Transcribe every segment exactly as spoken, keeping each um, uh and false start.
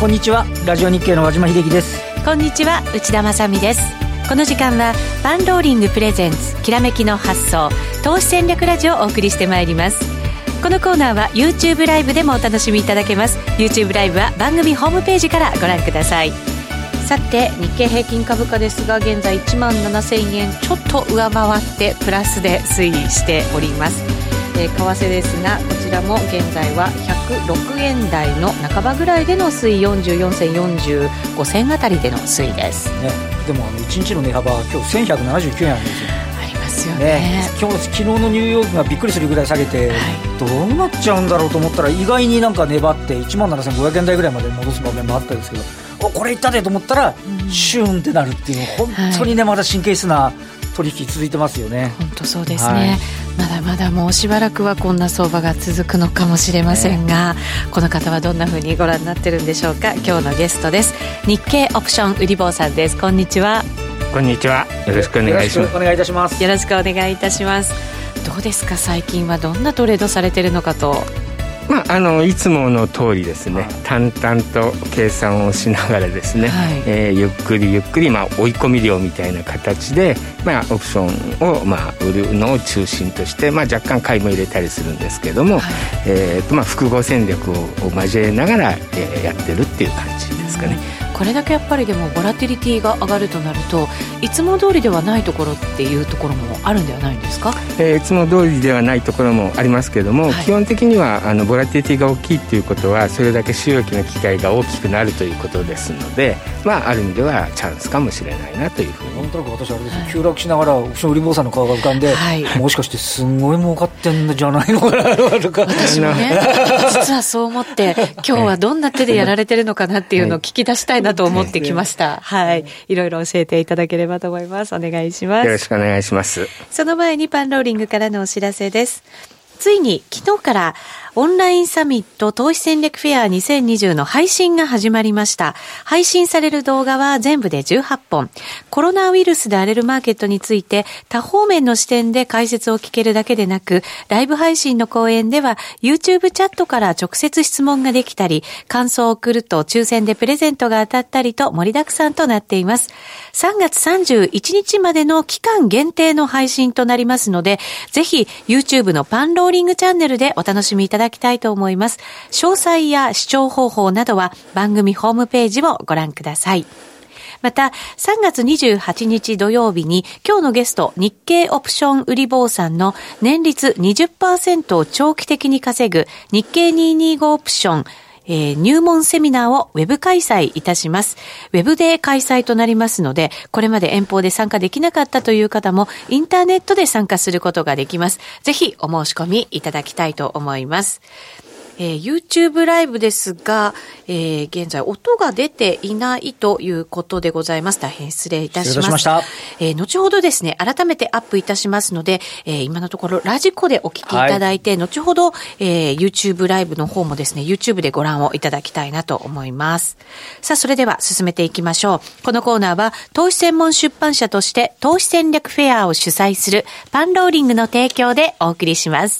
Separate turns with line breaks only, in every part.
こんにちは。ラジオ日経の和島秀樹です。
こんにちは、内田まさみです。この時間はパンローリングプレゼンツきらめきの発想投資戦略ラジオをお送りしてまいります。このコーナーは YouTube ライブでもお楽しみいただけます。 YouTube ライブは番組ホームページからご覧ください。さて、日経平均株価ですが現在いちまんななせんえんちょっと上回ってプラスで推移しております。えー、為替ですがこちらも現在はひゃくろくえん台の半ばぐらいでの推移、よんじゅうよんせんよんじゅうごせんあたりでの推移です、
ね、でもあのいちにちの値幅は今日せんひゃくななじゅうきゅうえんあるんですよ。
ありますよね。
ね、今日昨日のニューヨークがびっくりするぐらい下げて、はい、どうなっちゃうんだろうと思ったら意外になんか粘っていちまんななせんごひゃくえん台ぐらいまで戻す場面もあったんですけど、おこれいったでと思ったら、うん、シューンってなるっていうの本当にね、はい、まだ神経質な取引続いてますよね。
本当そうですね、はい、まだまだもうしばらくはこんな相場が続くのかもしれませんが、ね、この方はどんな風にご覧になってるんでしょうか。今日のゲストです。日経オプション売り坊さんです。こんにちは。
こんにちは。よろしくお願いします。
よろしくお願いいたします。
よろしくお願いいたします。どうですか、最近はどんなトレードされてるのかと。
まあ、あのいつもの通りですね、淡々と計算をしながらですね、はい、えー、ゆっくりゆっくり、まあ、追い込み量みたいな形で、まあ、オプションを、まあ、売るのを中心として、まあ、若干買いも入れたりするんですけども、はい、えーとまあ、複合戦略を交えながら、えー、やってるっていう感じですかね。
これだけやっぱりでもボラティリティが上がるとなるといつも通りではないところっていうところもあるんではないんですか。
えー、いつも通りではないところもありますけれども、はい、基本的にはあのボラティリティが大きいということはそれだけ収益の機会が大きくなるということですので、まあ、ある意味ではチャンスかもしれないなというふうに。
なんとなく私あれです、はい、急落しながらオプション売り坊さんの顔が浮かんで、はい、もしかしてすごい儲かってんじゃないのかなとか
私もね実はそう思って今日はどんな手でやられてるのかなっていうのを聞き出したいなと思ってきました、はいはい、いろいろ教えていただければと思います。お願いします。
よろしくお願いします。
その前にパンローリングからのお知らせです。ついに昨日からオンラインサミット投資戦略フェアにせんにじゅうの配信が始まりました。配信される動画は全部でじゅうはっぽん。コロナウイルスで荒れるマーケットについて多方面の視点で解説を聞けるだけでなく、ライブ配信の講演では YouTube チャットから直接質問ができたり、感想を送ると抽選でプレゼントが当たったりと盛りだくさんとなっています。さんがつさんじゅういちにちまでの期間限定の配信となりますので、ぜひ YouTube のパンローリングチャンネルでお楽しみいただきたいと思います。詳細や視聴方法などは番組ホームページをご覧ください。またさんがつにじゅうはちにち土曜日に今日のゲスト日経オプション売り坊さんの年率 にじゅっパーセント を長期的に稼ぐ日経にひゃくにじゅうごオプションえー、入門セミナーをウェブ開催いたします。ウェブで開催となりますので、これまで遠方で参加できなかったという方もインターネットで参加することができます。ぜひお申し込みいただきたいと思います。えー、YouTube ライブですが、えー、現在音が出ていないということでございます。大変失礼いたします。
失礼しました。
えー、後ほどですね、改めてアップいたしますので、えー、今のところラジコでお聞きいただいて、はい、後ほど、えー、YouTube ライブの方もですね、YouTube でご覧をいただきたいなと思います。さあ、それでは進めていきましょう。このコーナーは、投資専門出版社として投資戦略フェアを主催するパンローリングの提供でお送りします。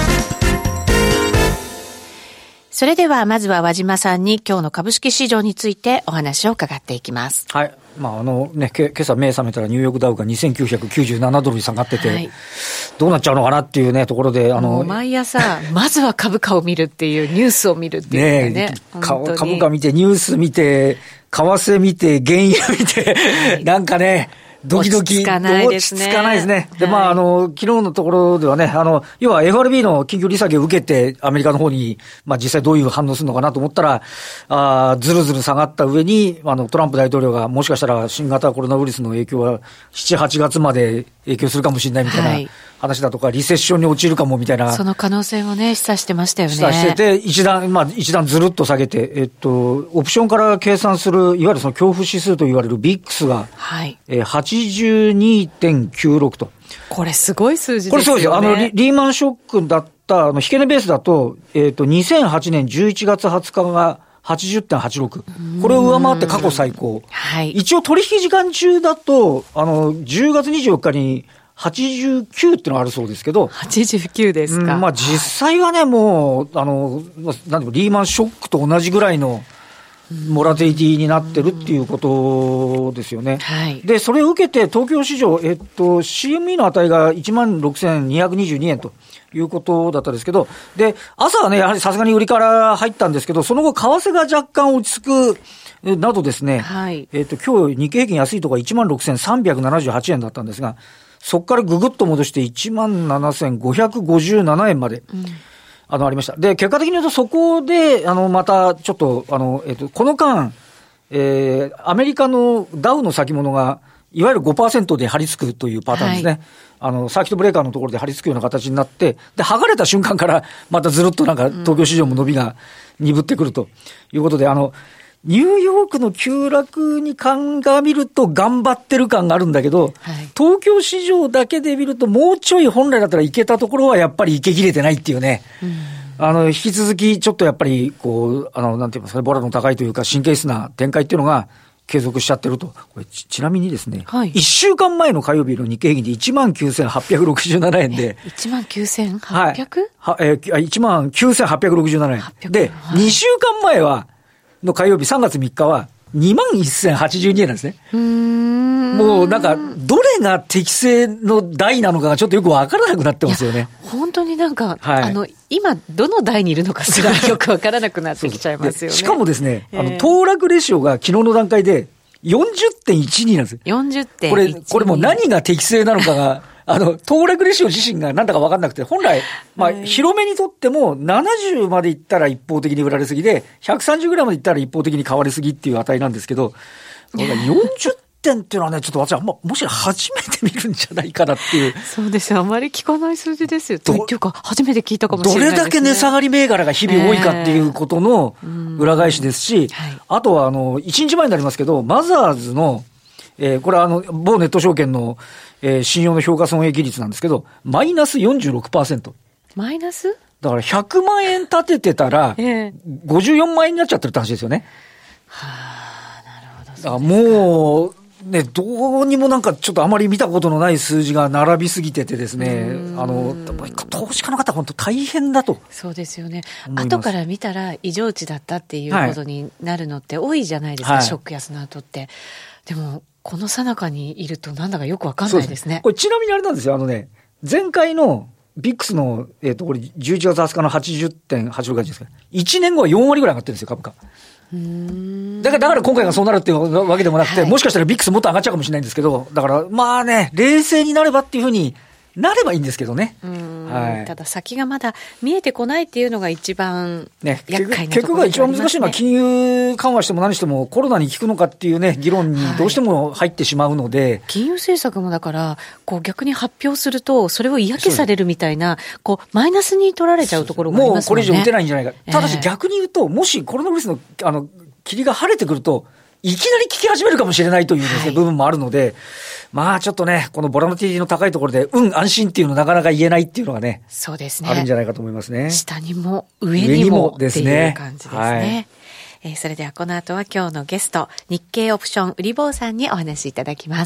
それではまずは和島さんに今日の株式市場についてお話を伺っていきます。
はい。まああのね、け今朝目覚めたらニューヨークダウがにせんきゅうひゃくきゅうじゅうななドルに下がってて、はい、どうなっちゃうのかなっていうねところで、あの
毎朝まずは株価を見るっていうニュースを見るっていうかね、ね
株価見てニュース見て為替見て原油見て、はい、なんかね。ドキドキ。
落ち着かないですね。
落ち着かないですね。で、まあ、あの、昨日のところではね、あの、要は エフアールビー の緊急利下げを受けて、アメリカの方に、まあ実際どういう反応するのかなと思ったら、あずるずる下がった上に、あの、トランプ大統領がもしかしたら新型コロナウイルスの影響はしち、はちがつまで影響するかもしれないみたいな話だとか、はい、リセッションに陥るかもみたいな。
その可能性をね、示唆してましたよね。
示唆してて、一段、まあ一段ずるっと下げて、えっと、オプションから計算する、いわゆるその恐怖指数と言われるビックスが、はい。えー、はちじゅうにてんきゅうろく と。
これすごい数字ですよね。
これそうですよ。あの、リ, リーマンショックだった、あの、引け値ベースだと、えっと、にせんはちねんじゅういちがつはつかが はちじゅってんはちろく。これを上回って過去最高。はい。一応取引時間中だと、あの、じゅうがつにじゅうよっかに、はちじゅうきゅうってのがあるそうですけど。
はちじゅうきゅうですか。
うん、まあ実際はね、もう、あの、なんでもリーマンショックと同じぐらいの、 モラテリティになってるっていうことですよね。
はい、で、
それを受けて東京市場、えっと、シーエムイー の値が いちまんろくせんにひゃくにじゅうにえんということだったんですけど、で、朝はね、やはりさすがに売りから入ったんですけど、その後、為替が若干落ち着くなどですね、
はい、
えっと、今日日経平均安いところが いちまんろくせんさんびゃくななじゅうはちえんだったんですが、そこからぐぐっと戻して いちまんななせんごひゃくごじゅうななえんまで、うん、あの、ありました。で、結果的に言うとそこで、あの、また、ちょっと、あの、えっと、この間、えー、アメリカのダウの先物が、いわゆる ごパーセント で張り付くというパターンですね。はい、あの、サーキットブレーカーのところで張り付くような形になって、で、剥がれた瞬間から、またずるっとなんか、東京市場も伸びが鈍ってくるということで、あの、ニューヨークの急落に鑑みると頑張ってる感があるんだけど、はい、東京市場だけで見るともうちょい本来だったらいけたところはやっぱりいけきれてないっていうね。うん、あの、引き続きちょっとやっぱり、こう、あの、なんて言いますかね、ボラの高いというか神経質な展開っていうのが継続しちゃってると。これ ち, ちなみにですね、はい、いっしゅうかんまえの火曜日の日経平均で いちまんきゅうせんはっぴゃくろくじゅうななえんで。
いちまんきゅうせんはっぴゃく？
はい。はえー、いちまんきゅうせんはっぴゃくろくじゅうななえん。で、はい、にしゅうかんまえは、の火曜日さんがつみっかはにまんせんはちじゅうにえんなんですね。うーん、もうなんかどれが適正の台なのかがちょっとよくわからなくなってますよね。
本当になんか、はい、あの今どの台にいるのかすらよくわからなくなってきちゃいますよね。
しかもですね、あの騰落レシオが昨日の段階で よんじゅってんいちに なんですよ。
よんじゅってんいちに
これこれもう何が適正なのかがあの、騰落レシオ自身がなんだか分かんなくて、本来、まあ、広めにとっても、ななじゅうまでいったら一方的に売られすぎで、ひゃくさんじゅうぐらいまでいったら一方的に買われすぎっていう値なんですけど、よんじゅってんっていうのはね、ちょっと私は、ま、もし初めて見るんじゃないかなっていう。
そうですよ。あまり聞かない数字ですよ。というか、初めて聞いたかもしれないですね。
どれだけ値下がり銘柄が日々多いかっていうことの裏返しですし、はい、あとは、あの、いちにちまえになりますけど、マザーズの、えー、これはあの、某ネット証券の、えー、信用の評価損益率なんですけど、マイナス よんじゅうろくパーセント。
マイナス？
だからひゃくまんえん立ててたら、ごじゅうよんまんえんになっちゃってるって話ですよね。
はあ、なるほど。
だからもう、ね、どうにもなんかちょっとあまり見たことのない数字が並びすぎててですね、あの、投資家の方は本当大変だと。
そうですよね。後から見たら異常値だったっていうことになるのって多いじゃないですか、はい、ショック安の後って。でも、この最中にいるとなんだかよくわかんないですね。
これちなみにあれなんですよ、あのね、前回のビックスの、えっと、これじゅういちがつはつかの はちじゅってんはちろくはち ですから、いちねんごはよんわりぐらい上がってるんですよ、株価。うーんだから、だから今回がそうなるっていうわけでもなくて、はい、もしかしたらビックスもっと上がっちゃうかもしれないんですけど、だからまあね、冷静になればっていうふうになればいいんですけどね。
うーん、はい、ただ先がまだ見えてこないっていうのが一番厄介なところでありますね。
結局が一番難しいのは金融緩和しても何してもコロナに効くのかっていうね、議論にどうしても入ってしまうので。はい、
金融政策もだから、こう逆に発表すると、それを嫌気されるみたいな、こうマイナスに取られちゃうところがありますもんね。
もうこれ以上打てないんじゃないか。ただし逆に言うと、もしコロナウイルスの、あの、霧が晴れてくると、いきなり効き始めるかもしれないというですね、はい、部分もあるので、まあちょっとね、このボラティリティの高いところで、うん、安心っていうのなかなか言えないっていうのがね、
そうですね。
あるんじゃないかと思いますね。
下にも上にもっていう感じですね。はい、えー、それではこの後は今日のゲスト、日経オプション売り坊さんにお話しいただきます。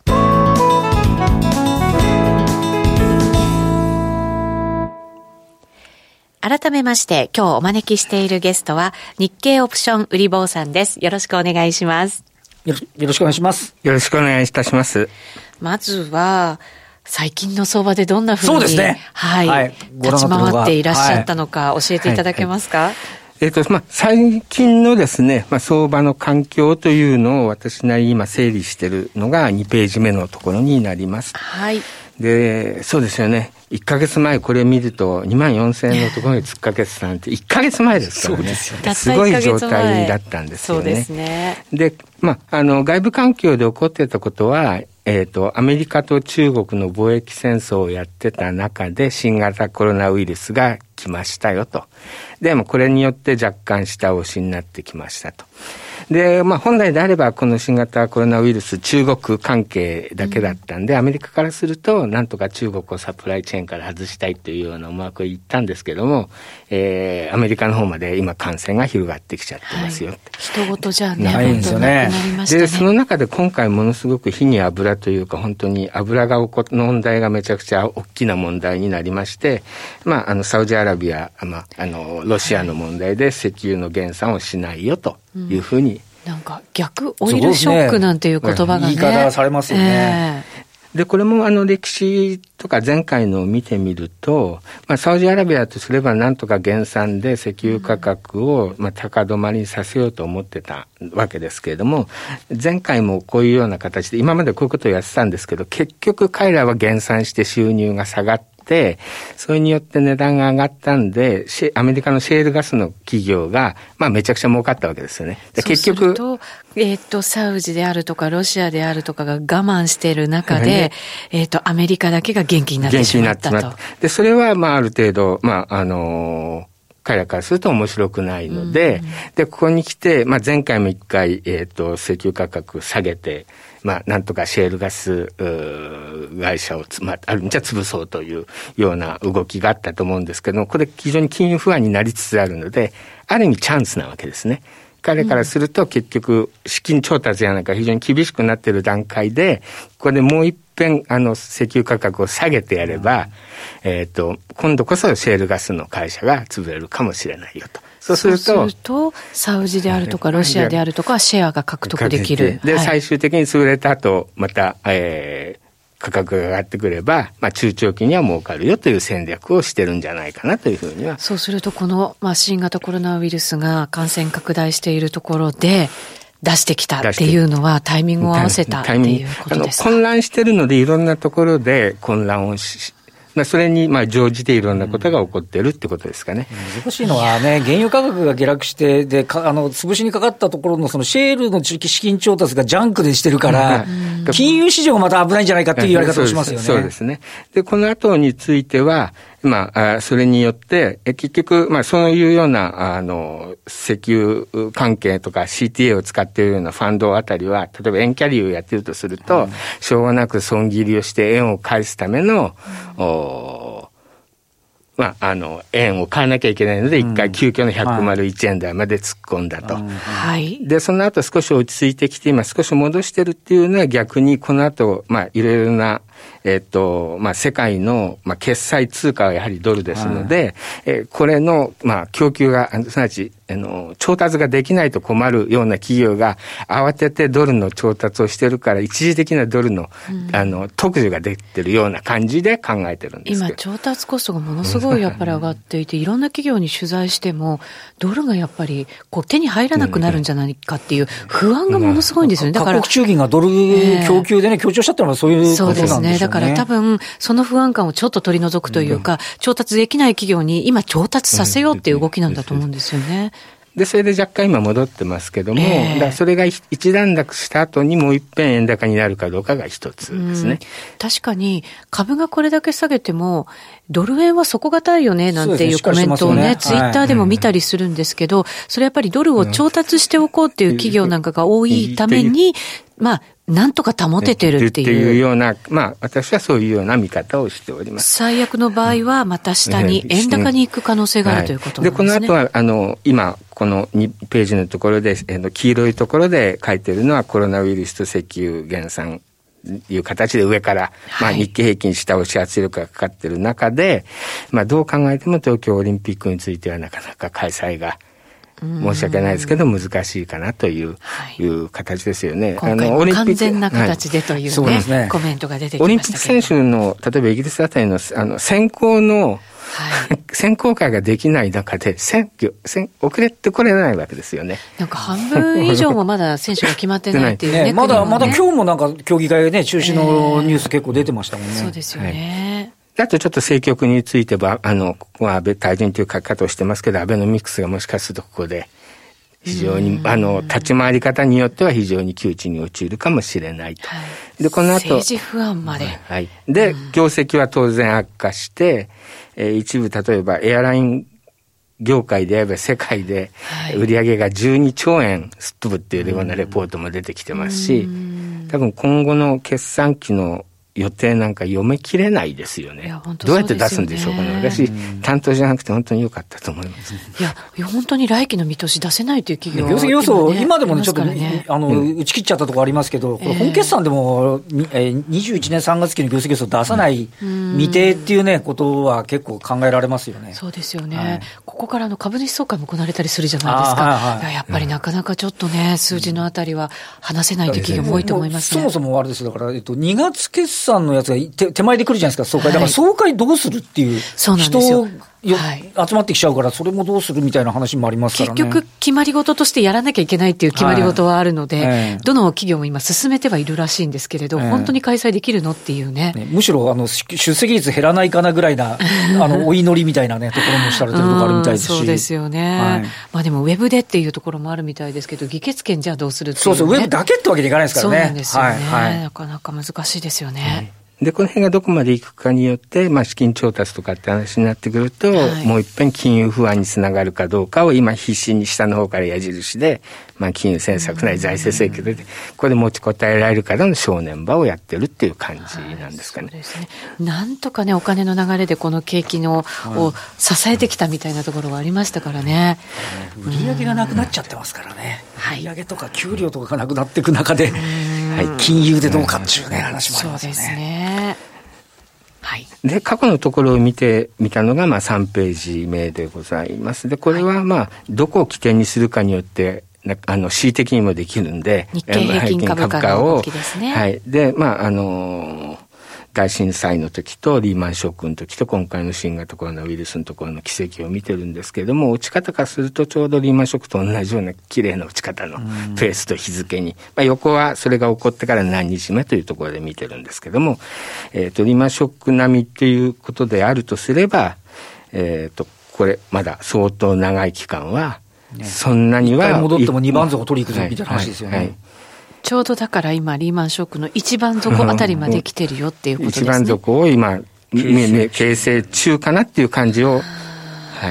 改めまして今日お招きしているゲストは日経オプション売り坊さんです。よろしくお願いします。
よろ、よろしくお願いします。
よろしくお願いいたします。
まずは最近の相場でどんな風に、
そうですね、
はい、はい、立ち回っていらっしゃったのか教えていただけますか。はいはいはい、
えっと、まあ、最近のですね、まあ、相場の環境というのを私なりに今整理しているのがにページ目のところになります。
はい。
で、そうですよね。いっかげつまえこれ見るとにまんよんせんえんのところに突っかけてたなんていっかげつまえですからね。
そうですよね。
すごい状態だったんですよね。
そうですね。
で、まあ、あの、外部環境で起こっていたことは、えっと、アメリカと中国の貿易戦争をやってた中で新型コロナウイルスが来ましたよと。でもこれによって若干下押しになってきましたと。で、まあ本来であればこの新型コロナウイルス中国関係だけだったんで、うん、アメリカからするとなんとか中国をサプライチェーンから外したいというような思惑を言ったんですけども、えー、アメリカの方まで今感染が広がってきちゃってますよって。
はい、人事じゃね、
ないんですよね。
で、その中で今回ものすごく火に油というか本当に油が起この問題がめちゃくちゃ大きな問題になりまして、まあ、あの、サウジアラビア、まあ、あの、ロシアの問題で石油の減産をしないよというふうに、
うん、なんか逆オイルショックなんていう言葉がね、
言い方されますよね。
えー
で、これもあの歴史とか前回のを見てみると、まあ、サウジアラビアとすればなんとか減産で石油価格をまあ高止まりにさせようと思ってたわけですけれども、前回もこういうような形で今までこういうことをやってたんですけど、結局彼らは減産して収入が下がってで、それによって値段が上がったんで、アメリカのシェールガスの企業が、まあめちゃくちゃ儲かったわけですよね。で結局。
そうすると、えっと、サウジであるとか、ロシアであるとかが我慢している中で、えっと、アメリカだけが元気になってしまったと。元気になってしまった。
で、それは、まあある程度、まああのー、彼らからすると面白くないので、うん、で、ここに来て、まあ前回も一回、えっと、石油価格下げて、まあ、なんとかシェールガス会社をつ、まあ、ある意味じゃ潰そうというような動きがあったと思うんですけども、これ非常に金融不安になりつつあるので、ある意味チャンスなわけですね。彼からすると結局資金調達やなんか非常に厳しくなっている段階で、ここでもう一遍あの石油価格を下げてやれば、えっと、今度こそシェールガスの会社が潰れるかもしれないよと。そうすると、
そうするとサウジであるとかロシアであるとかシェアが獲得できる。
で、はい、最終的に潰れた後、また、えー、価格が上がってくれば、まあ、中長期には儲かるよという戦略をしてるんじゃないかなというふうには。
そうすると、この、まあ、新型コロナウイルスが感染拡大しているところで、出してきたっていうのはタイミングを合わせたっていうことですか？
混乱してるのでいろんなところで混乱をし、まあ、それにまあ乗じていろんなことが起こっているってことですかね。
難しいのはね、原油価格が下落して、で、かあの、潰しにかかったところのそのシェールの資金調達がジャンクでしてるから、金融市場がまた危ないんじゃないかっていう言われ方をしますよね。
そうですね。で、この後については、まあ、それによって、え結局、まあ、そういうような、あの、石油関係とか シーティーエー を使っているようなファンドあたりは、例えば円キャリーをやっているとすると、うん、しょうがなく損切りをして円を返すための、うん、おまあ、あの、円を買わなきゃいけないので、一回急遽のひゃくいちえん台まで突っ込んだと。うん
はい。
で、その後少し落ち着いてきて、今少し戻してるっていうのは逆にこの後、まあ、いろいろな、えっと、まあ、世界の、まあ、決済通貨はやはりドルですので、はい、えー、これの、まあ、供給が、すなわち、あの、調達ができないと困るような企業が慌ててドルの調達をしてるから、一時的なドルの、うん、あの、特需が出てるような感じで考えてるんですけど。
今、調達コストがものすごいやっぱり上がっていて、いろんな企業に取材しても、ドルがやっぱり、こう、手に入らなくなるんじゃないかっていう不安がものすごいんですよね。だから。
各国中銀がドル供給でね、強調しちゃったのはそういうことなんでしょうね。そうですね。
だから多分、その不安感をちょっと取り除くというか、うん、調達できない企業に今調達させようっていう動きなんだと思うんですよね。
で、それで若干今戻ってますけども、えー、だからそれが一段落した後にもう一遍円高になるかどうかが一つですね。
確かに株がこれだけ下げても、ドル円は底堅いよねなんていうコメントをね、ねツイッターでも見たりするんですけど、はい、それやっぱりドルを調達しておこうっていう企業なんかが多いために、まあ、なんとか保ててるっていう。って
いうような、まあ、私はそういうような見方をしております。
最悪の場合は、また下に円高に行く可能性があるということなんですね。
はい、で、この後は、あの、今、このにページのところで、えの黄色いところで書いてるのはコロナウイルスと石油減産いう形で上から、まあ、日経平均下押し圧力がかかっている中で、まあ、どう考えても東京オリンピックについてはなかなか開催が申し訳ないですけど難しいかなという、はい、いう形ですよね。
今回も完全な形でというね、はい、ねコメントが出てきましたけど。
オリンピック選手の例えばイギリスあたりのあの選考の、はい、選考会ができない中で選挙選遅れてこれないわけですよね。
なんか半分以上もまだ選手が決まってないっていうね。ね
まだまだ今日もなんか競技会がね中止のニュース結構出てましたもんね。
えー、そうですよね。
はい、あとちょっと政局については、あの、ここは安倍退陣という書き方をしてますけど、アベノミクスがもしかするとここで、非常に、あの、立ち回り方によっては非常に窮地に陥るかもしれないと。はい、で、この後。
政治不安まで。
はい。で、業績は当然悪化して、えー、一部、例えばエアライン業界であれば世界で売上がじゅうにちょうえんすっ飛ぶっていうようなレポートも出てきてますし、多分今後の決算期の予定なんか読めきれないですよね。どうやって出すんでしょうかね。私、担当じゃなくて本当に良かったと思います。
いや、本当に来期の見通し出せないという企業、
業績予想、今,、ね、今でもね、ちょっと、ね、あの、うん、打ち切っちゃったところありますけど、これ本決算でも、えー、にじゅういちねんさんがつ期の業績予想出さない未定っていうね、ことは結構考えられますよね。
そうですよね。はい、ここからの株主総会も行われたりするじゃないですか。はいはい、いややっぱりなかなかちょっとね、数字のあたりは話せないという企業も多いと思いますね。
そもそもあれですよ。だから、えっと、にがつ決算のやつが手、手前で来るじゃないですか、総会。だから総会どうするっていう。
そうなんですよ。
はい、集まってきちゃうから、それもどうするみたいな話もありますからね。
結局、決まり事としてやらなきゃいけないっていう決まり事はあるので、はい、どの企業も今進めてはいるらしいんですけれど、えー、本当に開催できるのっていうね。ね、
むしろ、あの、出席率減らないかなぐらいな、あの、お祈りみたいなね、ところもされてるところあるみたいですし。
そうですよね。はい、まあでも、ウェブでっていうところもあるみたいですけど、議決権じゃあどうするっていう、ね。
そうそう、ウェブだけってわけにいかないですからね。
そうなんですよね。
はいはい、
なかなか難しいですよね。
うんで、この辺がどこまでいくかによって、まあ、資金調達とかって話になってくると、はい、もう一遍金融不安につながるかどうかを今必死に下の方から矢印で、まあ、金融政策なり財政政策で、ここで持ちこたえられるかの正念場をやってるっていう感じなんですかね。
はい、そうですね。なんとかね、お金の流れでこの景気の、を支えてきたみたいなところがありましたからね。
売り上げがなくなっちゃってますからね。はい、売り上げとか給料とかがなくなっていく中で、はい、金融でどうかっていうね、話もありますよね。そうですね。
はい、で過去のところを見てみたのが、まあ、さんページ目でございます。でこれは、まあ、どこを起点にするかによってあの恣意的にもできるんで、
日経平均株価の動きですね。
はい、でまああの大震災の時とリーマンショックの時と今回の新型コロナウイルスのところの奇跡を見てるんですけれども、打ち方からするとちょうどリーマンショックと同じような綺麗な打ち方のペースと日付に、まあ、横はそれが起こってから何日目というところで見てるんですけども、えー、とリーマンショック並みっていうことであるとすれば、えー、とこれまだ相当長い期間はそんなには、
ね、一回戻ってもにばん底取り行くぞみたいな話ですよね。
はいはいはい、ちょうどだから今リーマンショックの一番底あたりまで来てるよっていうことですね。一番
底を今形成中かなっていう感じを、はい。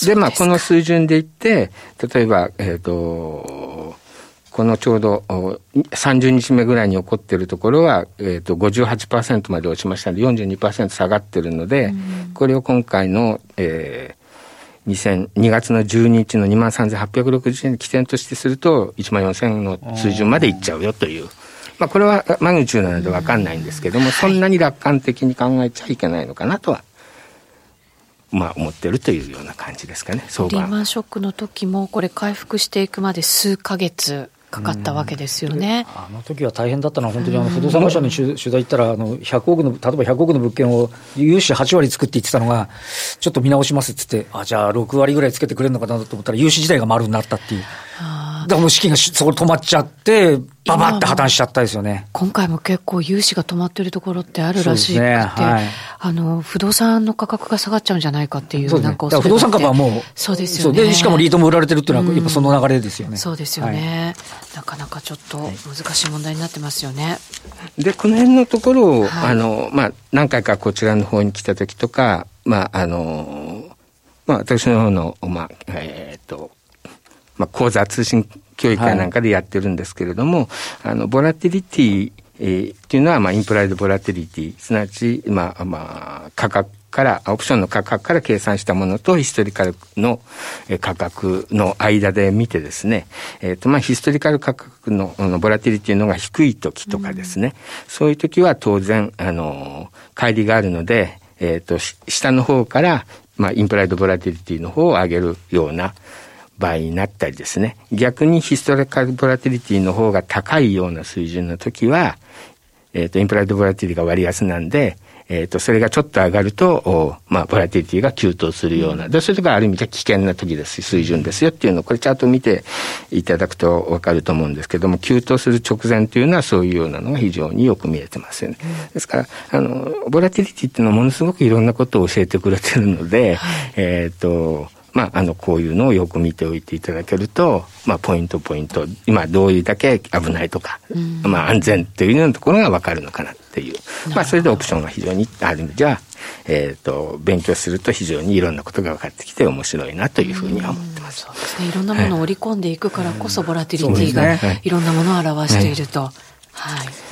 でまあこの水準でいって例えばえっとこのちょうどさんじゅうにちめぐらいに起こっているところは、えっと ごじゅうはちパーセント まで落ちましたので よんじゅうにパーセント 下がってるので、これを今回の、えーにがつのじゅうににちの にまんさんぜんはっぴゃくろくじゅう 円に起点としてすると いちまんよんせんえんの水準までいっちゃうよという、まあ、これはマグニチュードなので分かんないんですけども、そんなに楽観的に考えちゃいけないのかなとは、まあ、思ってるというような感じですかね。
リーマンショックの時もこれ回復していくまで数ヶ月かかったわけですよね。
あの時は大変だったのは本当にあの不動産会社に取材行ったらあのひゃくおくの例えばひゃくおくの物件を融資はちわり作って言ってたのがちょっと見直しますって言って、あじゃあろくわりぐらいつけてくれるのかなと思ったら融資自体が丸になったっていう。だからもう資金がそこで止まっちゃってババって破綻しちゃったですよね。
今回も結構融資が止まってるところってあるらしくて、ねはい、あの不動産の価格が下がっちゃうんじゃないかっていう、なんか恐れがあって、不動産株はもう
そうですよね。でしかもリートも売られてるっていうのはやっぱその流れですよね。
そうですよね、はい、なかなかちょっと難しい問題になってますよね。
でこの辺のところを、はい、あのまあ何回かこちらの方に来た時とか、まああのまあ私の方のまあえっ、ー、とまあ、講座通信教育会なんかでやってるんですけれども、はい、あのボラティリティ、えー、っていうのは、まあ、インプライドボラティリティ、すなわち、まあまあ、価格からオプションの価格から計算したものとヒストリカルの価格の間で見てですね、えーとまあ、ヒストリカル価格 の, のボラティリティのが低い時とかですね、うん、そういう時は当然あの乖離があるので、えーと下の方から、まあ、インプライドボラティリティの方を上げるような場合になったりですね、逆にヒストリカルボラティリティの方が高いような水準の時は、えっと、インプライドボラティリティが割安なんで、えっと、それがちょっと上がると、まあ、ボラティリティが急騰するような、で、それがある意味で危険な時です、水準ですよっていうのを、これチャート見ていただくとわかると思うんですけども、急騰する直前というのはそういうようなのが非常によく見えてますよね。ですから、あの、ボラティリティっていうのはものすごくいろんなことを教えてくれてるので、えっと、まあ、あの、こういうのをよく見ておいていただけると、まあ、ポイントポイント、今どういうだけ危ないとか、うん、まあ、安全というようなところがわかるのかなっていう。まあ、それでオプションが非常にある意味では、えっと、勉強すると非常にいろんなことが分かってきて面白いなというふうには思ってます。
そうですね。いろんなものを織り込んでいくからこそ、ボラティリティがいろんなものを表していると。はい。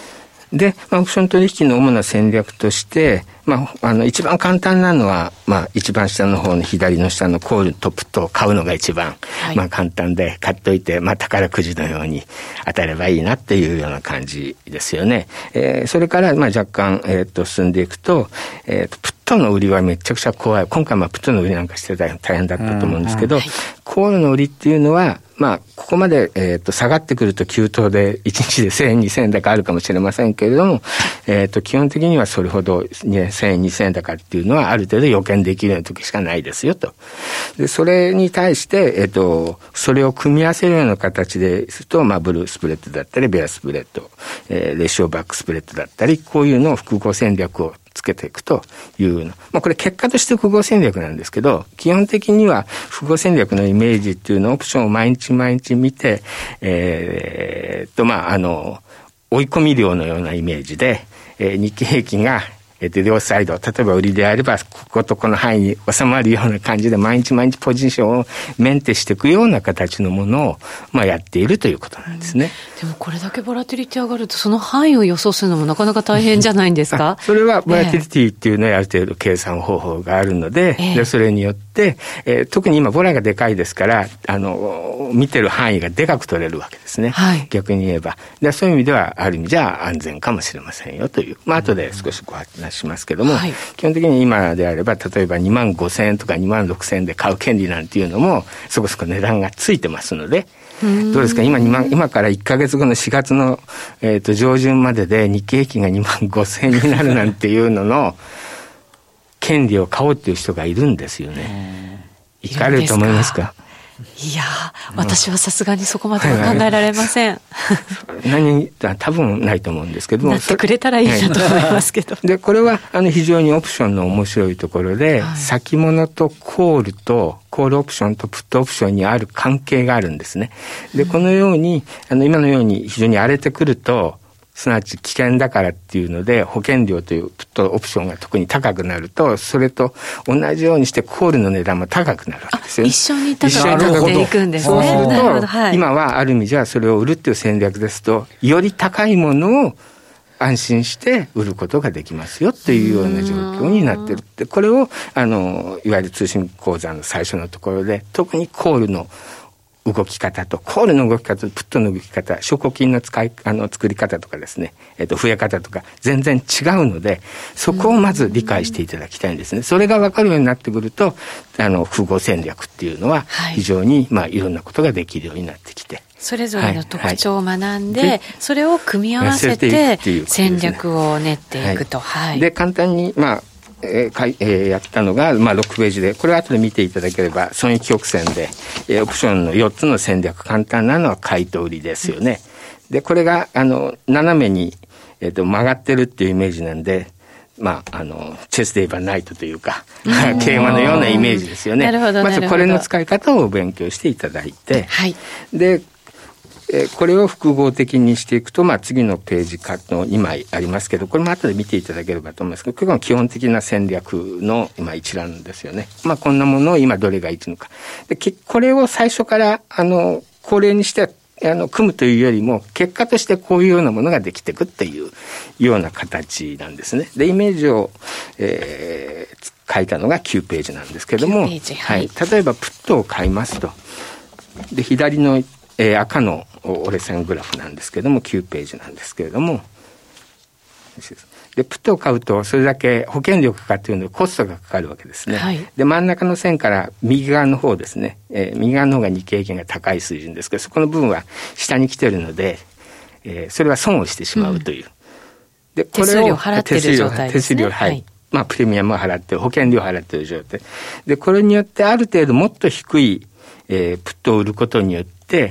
で、まあ、オプション取引の主な戦略として、まあ、あの、一番簡単なのは、まあ、一番下の方の左の下のコールトップと買うのが一番、はい、まあ、簡単で買っといて、まあ、宝くじのように当たればいいなっていうような感じですよね。えー、それから、まあ、若干、えっと、進んでいくと、えっと、プットの売りはめちゃくちゃ怖い。今回、まあ、プットの売りなんかして大変だったと思うんですけど、はい、コールの売りっていうのは、まあ、ここまで、えっと、下がってくると急騰でいちにちでせんえん、にせんえん高あるかもしれませんけれども、えっと、基本的にはそれほどせんえん、にせんえん高っていうのはある程度予見できるような時しかないですよと。で、それに対して、えっと、それを組み合わせるような形ですると、まあ、ブルースプレッドだったり、ベアスプレッド、えー、レシオバックスプレッドだったり、こういうのを複合戦略をつけていくというの。まあこれ結果として複合戦略なんですけど、基本的には複合戦略のイメージっていうのをオプションを毎日毎日見て、えー、っとまああの、追い込み量のようなイメージで、えー、日経平均がえっと、両サイド、例えば売りであれば、こことこの範囲に収まるような感じで、毎日毎日ポジションをメンテしていくような形のものを、まあ、やっているということなんですね。
うん、でも、これだけボラティリティ上がると、その範囲を予想するのもなかなか大変じゃないんですか？
それは、ボラティリティっていうのはある程度計算方法があるので、えー、でそれによって、えー、特に今、ボラがでかいですから、あの、見てる範囲がでかく取れるわけですね。はい、逆に言えば。でそういう意味では、ある意味じゃ安全かもしれませんよという。まあ、後で少しご話しますけども、はい、基本的に今であれば、例えばにまんごせんえんとかにまんろくせんえんで買う権利なんていうのも、そこそこ値段がついてますので、どうですか、今にまん、今からいっかげつごのしがつの、えーと、上旬までで日経平均がにまんごせんえんになるなんていうのの、権利を買おうっていう人がいるんですよね。いかれると思いますか？
いやー、私はさすがにそこまでは考えられません。
何、多分ないと思うんですけども。
なってくれたらいいなと思いますけど。
で、これは、あの、非常にオプションの面白いところで、はい、先物とコールと、コールオプションとプットオプションにある関係があるんですね。で、このように、あの、今のように非常に荒れてくると、すなわち危険だからっていうので、保険料というプットオプションが特に高くなると、それと同じようにしてコールの値段も高くなるわけですよね。
一緒に高くなっていくんですね。
そうすると、はい、今はある意味じゃそれを売るっていう戦略ですと、より高いものを安心して売ることができますよっていうような状況になってるって、これを、あの、いわゆる通信講座の最初のところで、特にコールの動き方と、コールの動き方とプットの動き方、証拠金の使い、あの、作り方とかですね、えっと、増え方とか、全然違うので、そこをまず理解していただきたいんですね。それが分かるようになってくると、あの、複合戦略っていうのは、非常に、はい、まあ、いろんなことができるようになってきて。
それぞれの特徴を学んで、はいはい、それを組み合わせて、戦略を練っていくと。はい。
で、簡単に、まあ、えーかいえー、やったのが、まあ、ろくページで、これは後で見ていただければ、損益曲線で、えー、オプションのよっつの戦略、簡単なのは買いと売りですよね。うん、で、これが、あの、斜めに、えっと、曲がってるっていうイメージなんで、まあ、あの、チェスで言えばナイトというか、桂馬のようなイメージですよね。
なるほど。
まずこれの使い方を勉強していただいて、はい。で、えー、これを複合的にしていくと、まあ、次のページかのにまいありますけど、これも後で見ていただければと思いますけど、これが基本的な戦略の今一覧ですよね。まあ、こんなものを今どれがいいのか。で、これを最初から、あの、恒例にして、あの、組むというよりも、結果としてこういうようなものができていくっていうような形なんですね。で、イメージを、えー、書いたのがきゅうページなんですけども、はい、はい。例えば、プットを買いますと。で、左の、えー、赤の折れ線グラフなんですけども、きゅうページなんですけれども、で、プットを買うと、それだけ保険料がかかっているので、コストがかかるわけですね。はい、で、真ん中の線から右側の方ですね、えー、右側の方が日経平均が高い水準ですけど、そこの部分は下に来てるので、えー、それは損をしてしまうという。うん、
で、これを手数料払ってる状態ですね。
手数料、はい。はい、まあ、プレミアムを払ってる、保険料を払ってる状態。で、これによってある程度もっと低い、えー、プットを売ることによって、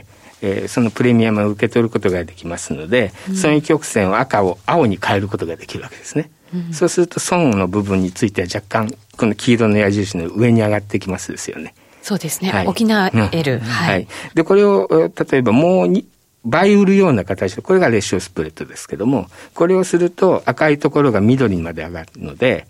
えー、そのプレミアムを受け取ることができますので、うん、損益曲線を赤を青に変えることができるわけですね。うん、そうすると損の部分については若干この黄色の矢印の上に上がってきますですよね。
そうですね。はい、補える、うん、
はい。はい。で、これを例えばもうに倍売るような形で、これがレシオスプレッドですけども、これをすると赤いところが緑にまで上がるので、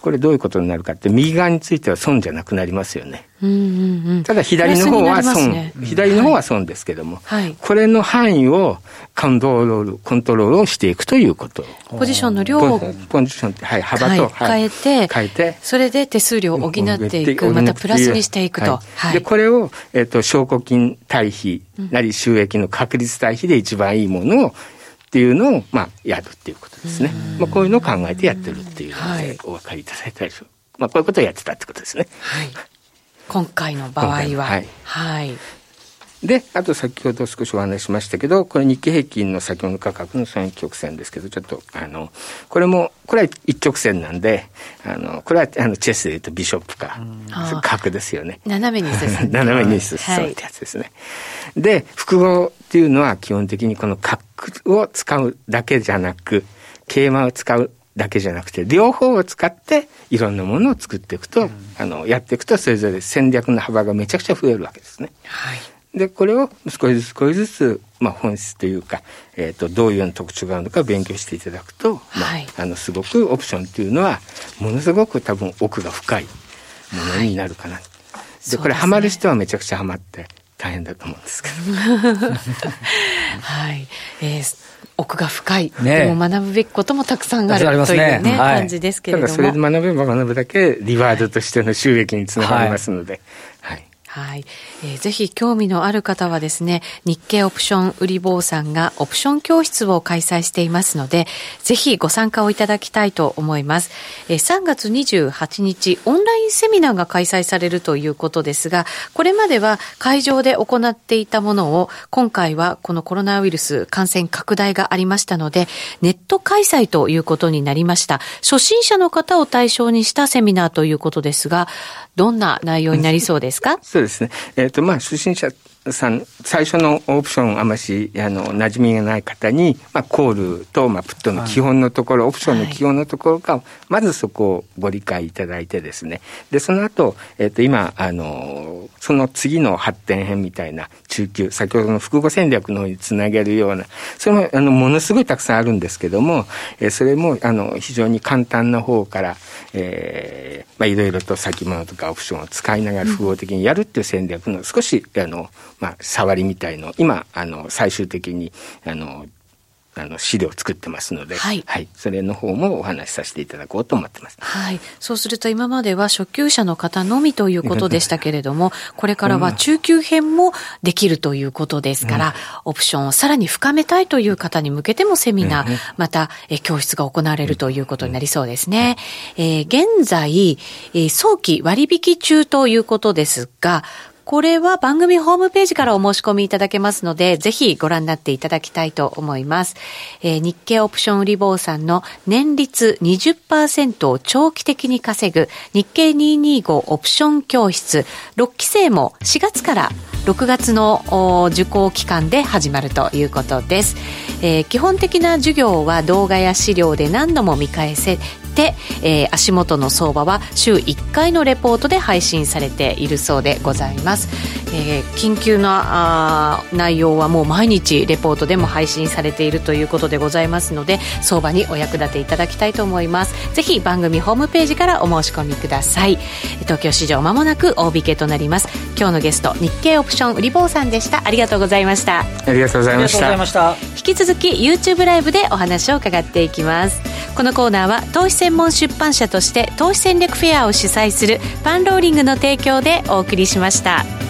これどういうことになるかって、右側については損じゃなくなりますよね。
うんうんうん、
ただ左の方は損、
ね、
左の方は損ですけども、
はい、
これの範囲をコントロール、コントロールをしていくということ。
ポジションの量を
ポジションって、はい、幅と、
はい、変えて、
変えて、
それで手数料を補っていく、またプラスにしていくと。
はいはい、で、これを、えっと、証拠金対比なり収益の確率対比で一番いいものを、っていうのを、まあ、やるっていうことですね。まあ、こういうのを考えてやってるっていうので、お分かりいただいたでしょう。まあ、こういうことをやってたってことですね。
はい。今回の場合は。はい。はい。
で、あと先ほど少しお話ししましたけど、これ日経平均の先物価格の損益曲線ですけど、ちょっと、あの、これも、これは一直線なんで、あの、これは、あの、チェスで言うとビショップか、角ですよね。
斜めに進む。
斜めに進むってやつですね。はい、で、複合っていうのは基本的にこの角を使うだけじゃなく、桂馬を使うだけじゃなくて、両方を使っていろんなものを作っていくと、うん、あの、やっていくと、それぞれ戦略の幅がめちゃくちゃ増えるわけですね。はい。で、これを少しずつ少しずつ、まあ、本質というか、えっと、どういうような特徴があるのか勉強していただくと、まあ、はい、あの、すごくオプションっていうのは、ものすごく多分奥が深いものになるかな。はい、で、これハマる人はめちゃくちゃハマって大変だと思うんですけど。
はい。えー奥が深い、ね、でも学ぶべきこともたくさんあるというね、ね、はい、感じですけれども、
ただそれで学べば学ぶだけリワードとしての収益につながりますので、はい、はい
はい、えー、ぜひ興味のある方はですね、日経オプション売り坊さんがオプション教室を開催していますので、ぜひご参加をいただきたいと思います。えー、さんがつにじゅうはちにちオンラインセミナーが開催されるということですが、これまでは会場で行っていたものを、今回はこのコロナウイルス感染拡大がありましたので、ネット開催ということになりました。初心者の方を対象にしたセミナーということですが、どんな内容になりそうですか？
そうですね。えっと、まあ、初心者さん、最初のオプションあまし、あの、馴染みがない方に、まあ、コールと、まあ、プットの基本のところ、はい、オプションの基本のところか、はい、まずそこをご理解いただいてですね。で、その後、えっと、今、あの、その次の発展編みたいな中級、先ほどの複合戦略の方につなげるような、それも、あの、ものすごいたくさんあるんですけども、えー、それも、あの、非常に簡単な方から、えー、まあ、いろいろと先物とかオプションを使いながら複合的にやるっていう戦略の少し、あの、まあ、触りみたいの、今、あの、最終的に、あの、あの、資料を作ってますので、はい。はい。それの方もお話しさせていただこうと思ってます。
はい。そうすると今までは初級者の方のみということでしたけれども、これからは中級編もできるということですから、うん、オプションをさらに深めたいという方に向けてもセミナー、うん、また、え教室が行われるということになりそうですね。うん、えー、現在、えー、早期割引中ということですが、これは番組ホームページからお申し込みいただけますので、ぜひご覧になっていただきたいと思います。えー、日経オプション売り坊さんの年率 にじゅっパーセント を長期的に稼ぐ日経にひゃくにじゅうごオプション教室ろっきせいもしがつからろくがつの受講期間で始まるということです。えー、基本的な授業は動画や資料で何度も見返せで、えー、足元の相場は週いっかいのレポートで配信されているそうでございます。えー、緊急なあ内容はもう毎日レポートでも配信されているということでございますので、相場にお役立ていただきたいと思います。ぜひ番組ホームページからお申し込みください。東京市場間もなく大引けとなります。今日のゲスト、日経オプション売り坊さんでした。ありがとうございました。
ありがとうございました。
引き続き YouTube ライブでお話を伺っていきます。このコーナーは投資専門出版社として投資戦略フェアを主催するパンローリングの提供でお送りしました。